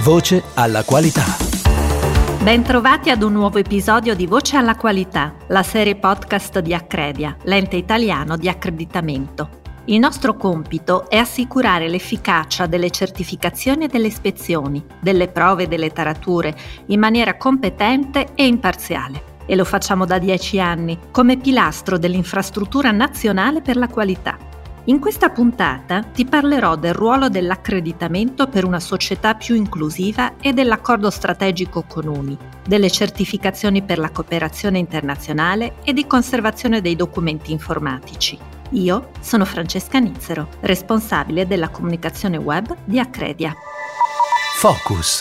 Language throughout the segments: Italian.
Voce alla qualità. Bentrovati ad un nuovo episodio di Voce alla qualità, la serie podcast di Accredia, l'ente italiano di accreditamento. Il nostro compito è assicurare l'efficacia delle certificazioni e delle ispezioni, delle prove e delle tarature, in maniera competente e imparziale. E lo facciamo da 10 anni, come pilastro dell'infrastruttura nazionale per la qualità. In questa puntata ti parlerò del ruolo dell'accreditamento per una società più inclusiva e dell'accordo strategico con UNI, delle certificazioni per la cooperazione internazionale e di conservazione dei documenti informatici. Io sono Francesca Nizzero, responsabile della comunicazione web di Accredia. Focus.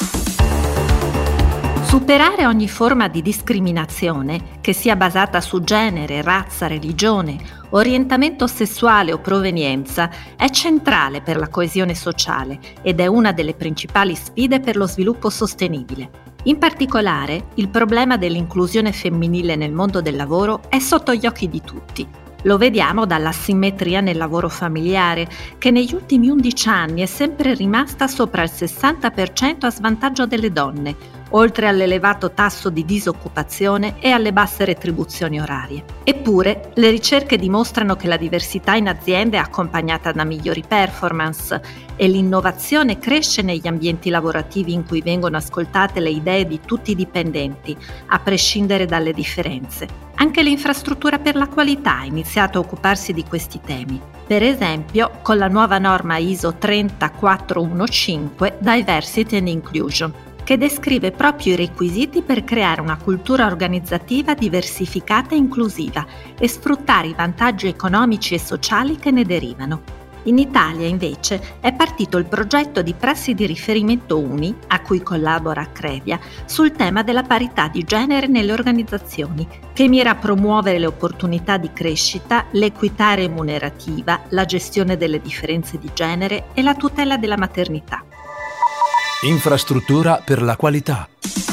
Superare ogni forma di discriminazione, che sia basata su genere, razza, religione, orientamento sessuale o provenienza, è centrale per la coesione sociale ed è una delle principali sfide per lo sviluppo sostenibile. In particolare, il problema dell'inclusione femminile nel mondo del lavoro è sotto gli occhi di tutti. Lo vediamo dall'asimmetria nel lavoro familiare, che negli ultimi 11 anni è sempre rimasta sopra il 60% a svantaggio delle donne, oltre all'elevato tasso di disoccupazione e alle basse retribuzioni orarie. Eppure, le ricerche dimostrano che la diversità in aziende è accompagnata da migliori performance e l'innovazione cresce negli ambienti lavorativi in cui vengono ascoltate le idee di tutti i dipendenti, a prescindere dalle differenze. Anche l'infrastruttura per la qualità ha iniziato a occuparsi di questi temi. Per esempio, con la nuova norma ISO 30415 Diversity and Inclusion, che descrive proprio i requisiti per creare una cultura organizzativa diversificata e inclusiva e sfruttare i vantaggi economici e sociali che ne derivano. In Italia, invece, è partito il progetto di prassi di riferimento UNI, a cui collabora Accredia, sul tema della parità di genere nelle organizzazioni, che mira a promuovere le opportunità di crescita, l'equità remunerativa, la gestione delle differenze di genere e la tutela della maternità. Infrastruttura per la qualità.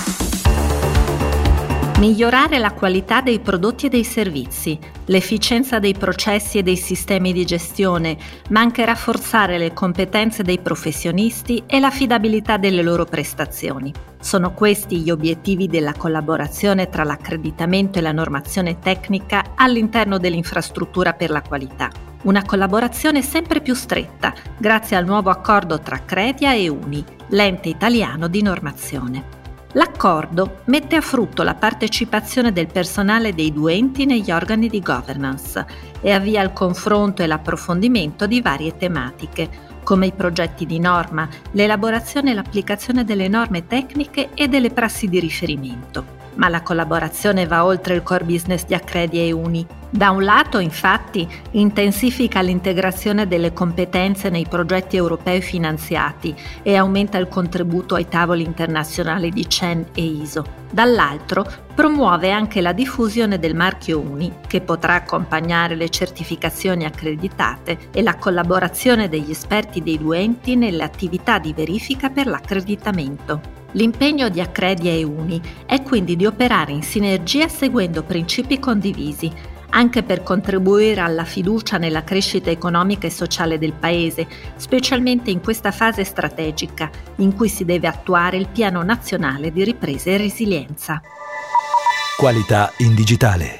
Migliorare la qualità dei prodotti e dei servizi, l'efficienza dei processi e dei sistemi di gestione, ma anche rafforzare le competenze dei professionisti e l'affidabilità delle loro prestazioni. Sono questi gli obiettivi della collaborazione tra l'accreditamento e la normazione tecnica all'interno dell'infrastruttura per la qualità. Una collaborazione sempre più stretta, grazie al nuovo accordo tra Accredia e UNI, l'ente italiano di normazione. L'accordo mette a frutto la partecipazione del personale dei due enti negli organi di governance e avvia il confronto e l'approfondimento di varie tematiche, come i progetti di norma, l'elaborazione e l'applicazione delle norme tecniche e delle prassi di riferimento. Ma la collaborazione va oltre il core business di Accredia e UNI. Da un lato, infatti, intensifica l'integrazione delle competenze nei progetti europei finanziati e aumenta il contributo ai tavoli internazionali di CEN e ISO. Dall'altro, promuove anche la diffusione del marchio UNI, che potrà accompagnare le certificazioni accreditate e la collaborazione degli esperti dei due enti nelle attività di verifica per l'accreditamento. L'impegno di Accredia e UNI è quindi di operare in sinergia seguendo principi condivisi, anche per contribuire alla fiducia nella crescita economica e sociale del Paese, specialmente in questa fase strategica in cui si deve attuare il Piano Nazionale di Ripresa e Resilienza. Qualità in digitale.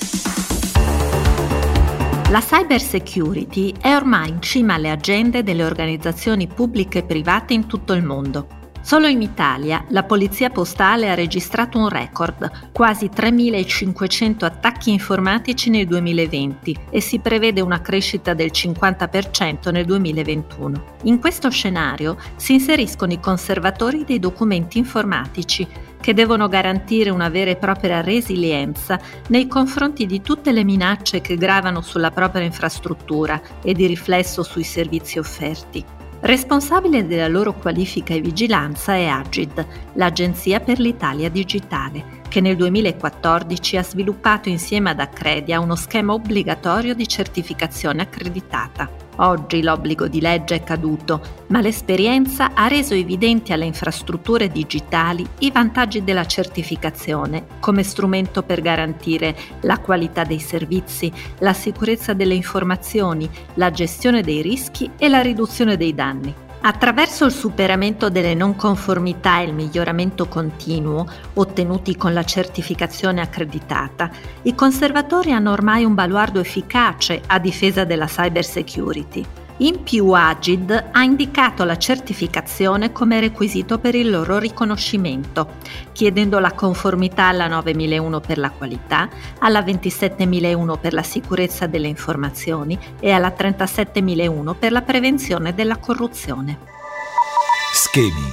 La cyber security è ormai in cima alle agende delle organizzazioni pubbliche e private in tutto il mondo. Solo in Italia la Polizia Postale ha registrato un record, quasi 3.500 attacchi informatici nel 2020 e si prevede una crescita del 50% nel 2021. In questo scenario si inseriscono i conservatori dei documenti informatici, che devono garantire una vera e propria resilienza nei confronti di tutte le minacce che gravano sulla propria infrastruttura e di riflesso sui servizi offerti. Responsabile della loro qualifica e vigilanza è Agid, l'Agenzia per l'Italia Digitale, che nel 2014 ha sviluppato insieme ad Accredia uno schema obbligatorio di certificazione accreditata. Oggi l'obbligo di legge è caduto, ma l'esperienza ha reso evidenti alle infrastrutture digitali i vantaggi della certificazione come strumento per garantire la qualità dei servizi, la sicurezza delle informazioni, la gestione dei rischi e la riduzione dei danni. Attraverso il superamento delle non conformità e il miglioramento continuo, ottenuti con la certificazione accreditata, i conservatori hanno ormai un baluardo efficace a difesa della cybersecurity. In più Agid ha indicato la certificazione come requisito per il loro riconoscimento, chiedendo la conformità alla 9001 per la qualità, alla 27001 per la sicurezza delle informazioni e alla 37001 per la prevenzione della corruzione. Schemi.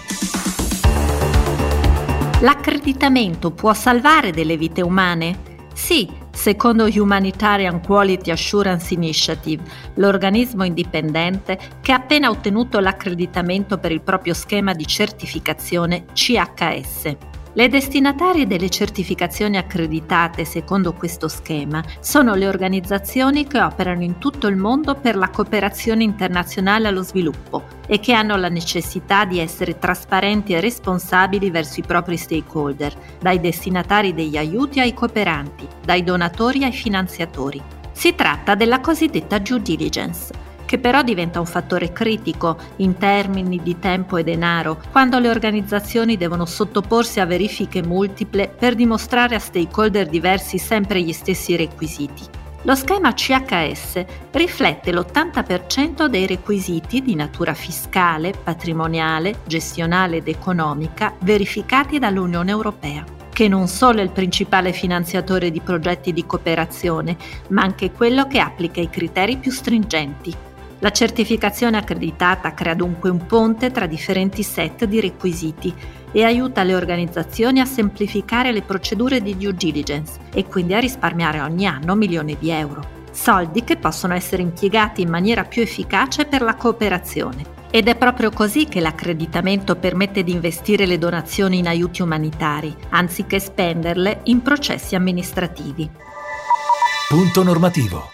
L'accreditamento può salvare delle vite umane? Sì, secondo Humanitarian Quality Assurance Initiative, l'organismo indipendente che ha appena ottenuto l'accreditamento per il proprio schema di certificazione CHS. Le destinatarie delle certificazioni accreditate secondo questo schema sono le organizzazioni che operano in tutto il mondo per la cooperazione internazionale allo sviluppo e che hanno la necessità di essere trasparenti e responsabili verso i propri stakeholder, dai destinatari degli aiuti ai cooperanti, dai donatori ai finanziatori. Si tratta della cosiddetta due diligence, che però diventa un fattore critico in termini di tempo e denaro quando le organizzazioni devono sottoporsi a verifiche multiple per dimostrare a stakeholder diversi sempre gli stessi requisiti. Lo schema CHS riflette l'80% dei requisiti di natura fiscale, patrimoniale, gestionale ed economica verificati dall'Unione Europea, che non solo è il principale finanziatore di progetti di cooperazione, ma anche quello che applica i criteri più stringenti. La certificazione accreditata crea dunque un ponte tra differenti set di requisiti e aiuta le organizzazioni a semplificare le procedure di due diligence e quindi a risparmiare ogni anno milioni di euro. Soldi che possono essere impiegati in maniera più efficace per la cooperazione. Ed è proprio così che l'accreditamento permette di investire le donazioni in aiuti umanitari, anziché spenderle in processi amministrativi. Punto normativo.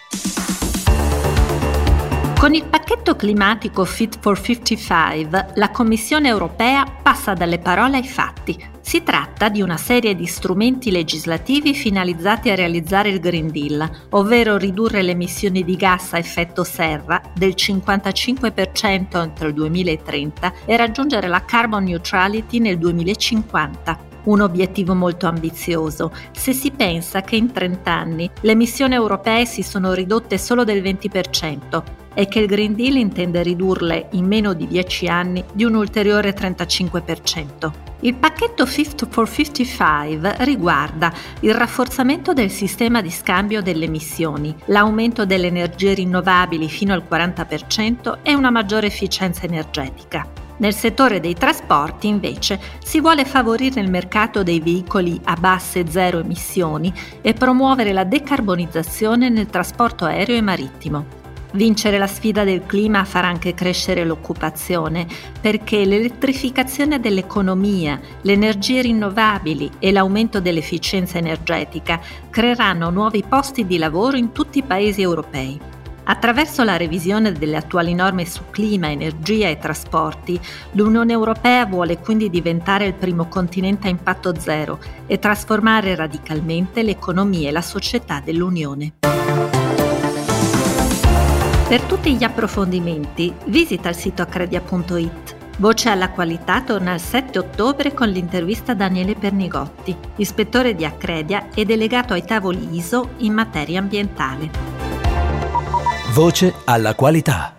Con il pacchetto climatico Fit for 55, la Commissione europea passa dalle parole ai fatti. Si tratta di una serie di strumenti legislativi finalizzati a realizzare il Green Deal, ovvero ridurre le emissioni di gas a effetto serra del 55% entro il 2030 e raggiungere la carbon neutrality nel 2050. Un obiettivo molto ambizioso, se si pensa che in 30 anni le emissioni europee si sono ridotte solo del 20% e che il Green Deal intende ridurle in meno di 10 anni di un ulteriore 35%. Il pacchetto Fit for 55 riguarda il rafforzamento del sistema di scambio delle emissioni, l'aumento delle energie rinnovabili fino al 40% e una maggiore efficienza energetica. Nel settore dei trasporti, invece, si vuole favorire il mercato dei veicoli a basse e zero emissioni e promuovere la decarbonizzazione nel trasporto aereo e marittimo. Vincere la sfida del clima farà anche crescere l'occupazione, perché l'elettrificazione dell'economia, le energie rinnovabili e l'aumento dell'efficienza energetica creeranno nuovi posti di lavoro in tutti i paesi europei. Attraverso la revisione delle attuali norme su clima, energia e trasporti, l'Unione Europea vuole quindi diventare il primo continente a impatto zero e trasformare radicalmente l'economia e la società dell'Unione. Per tutti gli approfondimenti, visita il sito accredia.it. Voce alla qualità torna il 7 ottobre con l'intervista a Daniele Pernigotti, ispettore di Accredia e delegato ai tavoli ISO in materia ambientale. Voce alla qualità.